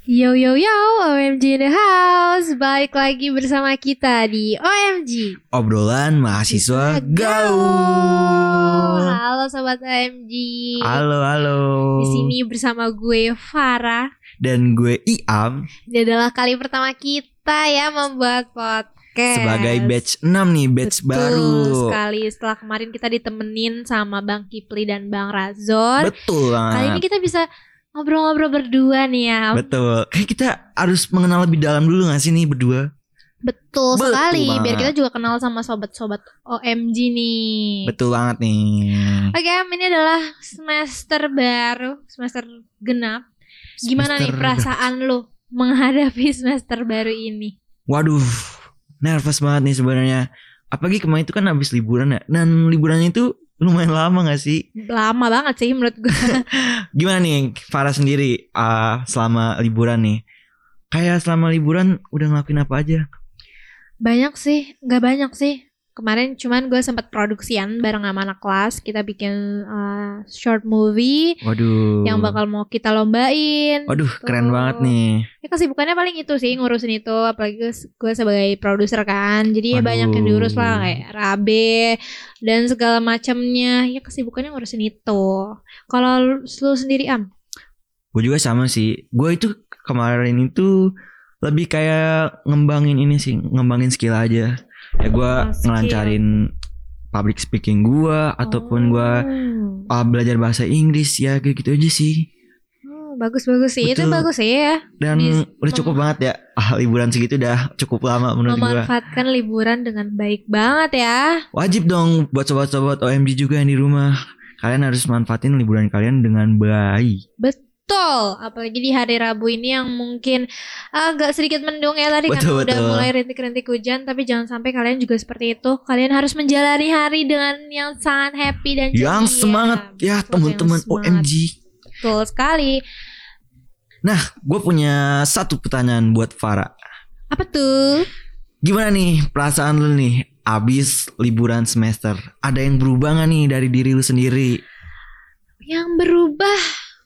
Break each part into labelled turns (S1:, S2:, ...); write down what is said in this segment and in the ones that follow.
S1: Yo yo yo, OMG in the house. Balik lagi bersama kita di OMG
S2: Obrolan mahasiswa gaul.
S1: Halo sobat OMG.
S2: Halo.
S1: Di sini bersama gue Farah
S2: Dan gue Iam.
S1: Ini adalah kali pertama kita ya membuat podcast
S2: Sebagai batch 6 nih, batch
S1: Betul
S2: baru.
S1: sekali. Setelah kemarin kita ditemenin sama Bang Kipli dan Bang Razor.
S2: Betul banget.
S1: Kali ini kita bisa ngobrol-ngobrol berdua nih ya.
S2: Betul. Kayak kita harus mengenal lebih dalam dulu gak sih nih berdua?
S1: Betul sekali.
S2: banget.
S1: Biar kita juga kenal sama sobat-sobat OMG nih.
S2: Betul banget nih.
S1: Oke, ini adalah semester baru, semester genap. Gimana nih
S2: Semester
S1: perasaan lu menghadapi semester baru ini?
S2: Waduh, nervous banget nih sebenarnya. Apalagi kemarin itu kan habis liburan ya. Dan liburannya itu lumayan lama gak sih?
S1: Lama banget sih menurut gue.
S2: Gimana nih Farah sendiri selama liburan nih? Kayak selama liburan udah ngelakuin apa aja?
S1: Banyak sih, gak banyak sih. Kemarin cuman gue sempat produksian bareng sama anak kelas. Kita bikin short movie
S2: Waduh.
S1: yang bakal mau kita lombain.
S2: Waduh, keren banget nih.
S1: Ya kesibukannya paling itu sih, ngurusin itu. Apalagi gue sebagai produser kan. Jadi ya
S2: Waduh.
S1: banyak yang diurus lah, kayak rabe dan segala macamnya. Ya kesibukannya ngurusin itu. Kalau lu sendiri Am?
S2: Gue juga sama sih. Gue itu kemarin itu lebih kayak ngembangin ini sih, ngembangin skill aja. Ya gue
S1: skill.
S2: ngelancarin public speaking gue, ataupun gue belajar bahasa Inggris ya, kayak gitu aja sih.
S1: Bagus-bagus sih. Itu
S2: Betul.
S1: bagus sih ya.
S2: Dan udah cukup banget ya. Liburan segitu udah cukup lama menurut gue.
S1: Memanfaatkan liburan dengan baik banget ya.
S2: Wajib dong buat sobat-sobat OMG juga yang di rumah. Kalian harus manfaatin liburan kalian dengan baik.
S1: Betul, apalagi di hari Rabu ini yang mungkin agak sedikit mendung ya tadi
S2: Betul,
S1: karena udah
S2: betul.
S1: mulai rintik-rintik hujan. Tapi jangan sampai kalian juga seperti itu. Kalian harus menjalani hari dengan yang sangat happy dan
S2: Yang
S1: ceria.
S2: semangat ya teman-teman
S1: Yang semangat.
S2: OMG.
S1: Betul sekali.
S2: Nah, gue punya satu pertanyaan buat Farah.
S1: Apa tuh?
S2: Gimana nih perasaan lu nih abis liburan semester? Ada yang berubah gak nih dari diri lu sendiri?
S1: Yang berubah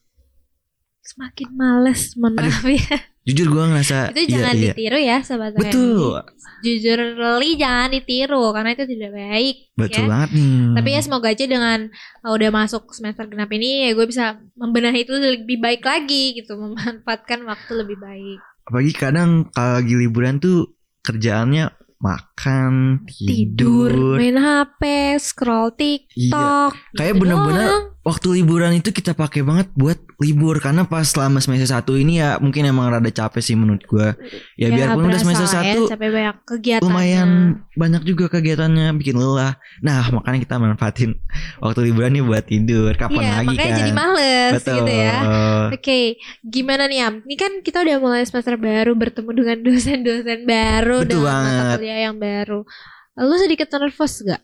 S1: semakin males, mohon maaf ya.
S2: Jujur gue ngerasa
S1: Itu jangan ditiru ya sobat
S2: Betul.
S1: OMG. Jujur jangan ditiru karena itu tidak baik.
S2: Betul
S1: ya.
S2: banget nih.
S1: Tapi ya semoga aja dengan udah masuk semester genap ini ya gue bisa membenahi itu lebih baik lagi gitu, memanfaatkan waktu lebih baik.
S2: Apalagi kadang kalau lagi liburan tuh kerjaannya makan, tidur.
S1: Main HP, scroll TikTok.
S2: Kayak
S1: gitu
S2: bener-bener
S1: doang.
S2: waktu liburan itu kita pakai banget buat libur. Karena pas selama semester 1 ini ya mungkin emang rada capek sih menurut gue. Ya biarpun udah
S1: berasa
S2: semester
S1: lah
S2: 1
S1: capek banyak kegiatannya.
S2: lumayan banyak juga kegiatannya, bikin lelah. Nah makanya kita manfaatin waktu liburan nih buat tidur. Kapan
S1: Iya,
S2: lagi
S1: makanya
S2: kan?
S1: jadi males
S2: Betul.
S1: gitu ya. Oke, gimana nih Am? Ini kan kita udah mulai semester baru, bertemu dengan dosen-dosen baru,
S2: Betul
S1: dengan mata
S2: banget.
S1: kuliah yang baru. Lu sedikit nervous gak?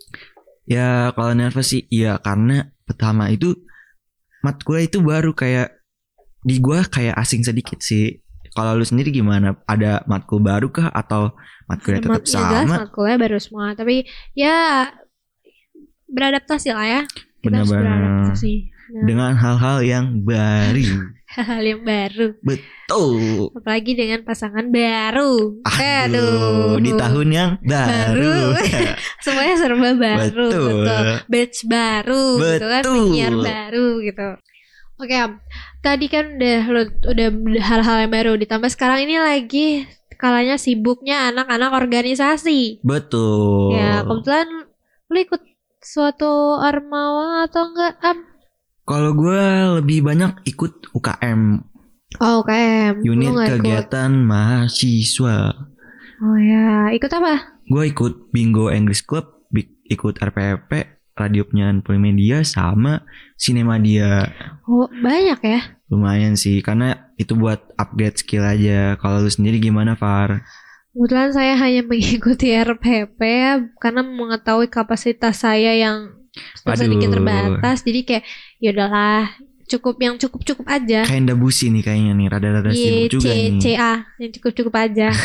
S2: Ya kalau nervous sih iya, karena pertama itu matkul itu baru, kayak di gua kayak asing sedikit sih. Kalau lu sendiri gimana? Ada matkul baru kah atau matkulnya tetap
S1: Ya jelas
S2: sama?
S1: matkulnya baru semua, tapi ya beradaptasi lah ya. Kita harus
S2: Benar-benar.
S1: beradaptasi
S2: Dengan hal-hal yang baru.
S1: hal yang baru.
S2: Betul.
S1: Apalagi dengan pasangan baru.
S2: Aduh, di tahun yang baru.
S1: Semuanya serba baru.
S2: Betul.
S1: Batch baru gitu kan,
S2: Betul.
S1: penyiar baru gitu. Oke Am, tadi kan udah hal-hal yang baru, ditambah sekarang ini lagi kalanya sibuknya anak-anak organisasi.
S2: Betul.
S1: Ya kebetulan lu ikut suatu ormawa atau enggak Am?
S2: Kalau gue lebih banyak ikut UKM,
S1: Oh UKM.
S2: unit
S1: Lu nggak ikut?
S2: kegiatan mahasiswa.
S1: Oh ya, ikut apa?
S2: Gue ikut Bingo English Club, ikut RPP, Radio Penyiaran Polimedia, sama Sinemadia.
S1: Oh banyak ya.
S2: Lumayan sih, karena itu buat upgrade skill aja. Kalau lu sendiri gimana, Far?
S1: Kebetulan saya hanya mengikuti RPP ya, karena mengetahui kapasitas saya yang sedikit terbatas. Jadi kayak ya udahlah, cukup aja.
S2: Kayak Ndabusi nih kayaknya nih, rada-rada sibuk juga nih.
S1: CA yang cukup aja.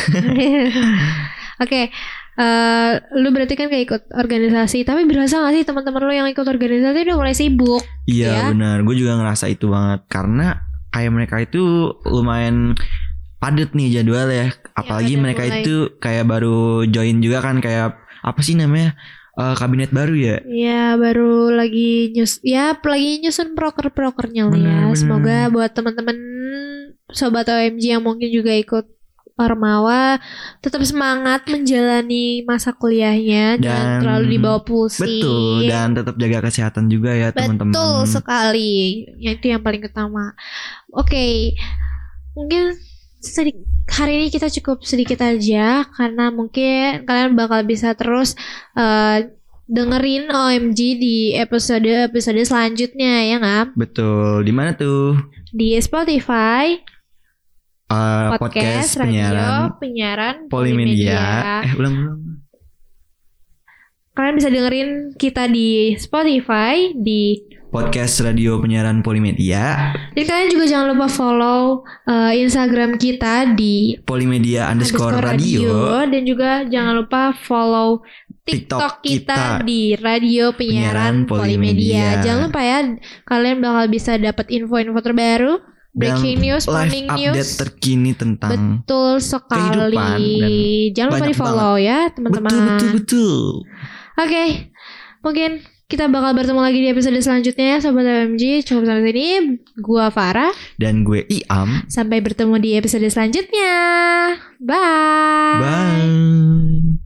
S1: Oke, lu berarti kan gak ikut organisasi, tapi berasa gak sih teman-teman lu yang ikut organisasi udah mulai sibuk?
S2: Iya
S1: ya?
S2: benar, gue juga ngerasa itu banget. Karena kayak mereka itu lumayan padat nih jadwal ya. Apalagi mereka
S1: mulai.
S2: itu kayak baru join juga kan, kayak apa sih namanya, kabinet baru ya.
S1: Ya baru lagi lagi nyusun proker-prokernya lah ya.
S2: Bener.
S1: Semoga buat teman-teman sobat OMG yang mungkin juga ikut Ormawa tetap semangat menjalani masa kuliahnya, jangan terlalu dibawa pusing.
S2: Betul, dan tetap jaga kesehatan juga ya teman-teman.
S1: Betul sekali. Itu yang paling utama. Oke. Mungkin hari ini kita cukup sedikit aja karena mungkin kalian bakal bisa terus dengerin OMG di episode selanjutnya ya nggak?
S2: Betul. Di mana tuh?
S1: Di Spotify,
S2: podcast
S1: penyiaran
S2: Polimedia. Ulang.
S1: Kalian bisa dengerin kita di Spotify, di
S2: podcast radio penyiaran Polimedia.
S1: Dan kalian juga jangan lupa follow Instagram kita di
S2: Polimedia_radio.
S1: Dan juga jangan lupa follow TikTok kita di Radio Penyiaran Polimedia. Jangan lupa ya, kalian bakal bisa dapat info-info terbaru, breaking news, morning
S2: live update
S1: news
S2: terkini tentang
S1: betul sekali. Jangan lupa di follow ya teman-teman.
S2: Betul.
S1: Oke, mungkin kita bakal bertemu lagi di episode selanjutnya ya Sobat OMG. Cukup sampai sini. Gua Farah.
S2: Dan gue Iam.
S1: Sampai bertemu di episode selanjutnya. Bye.
S2: Bye.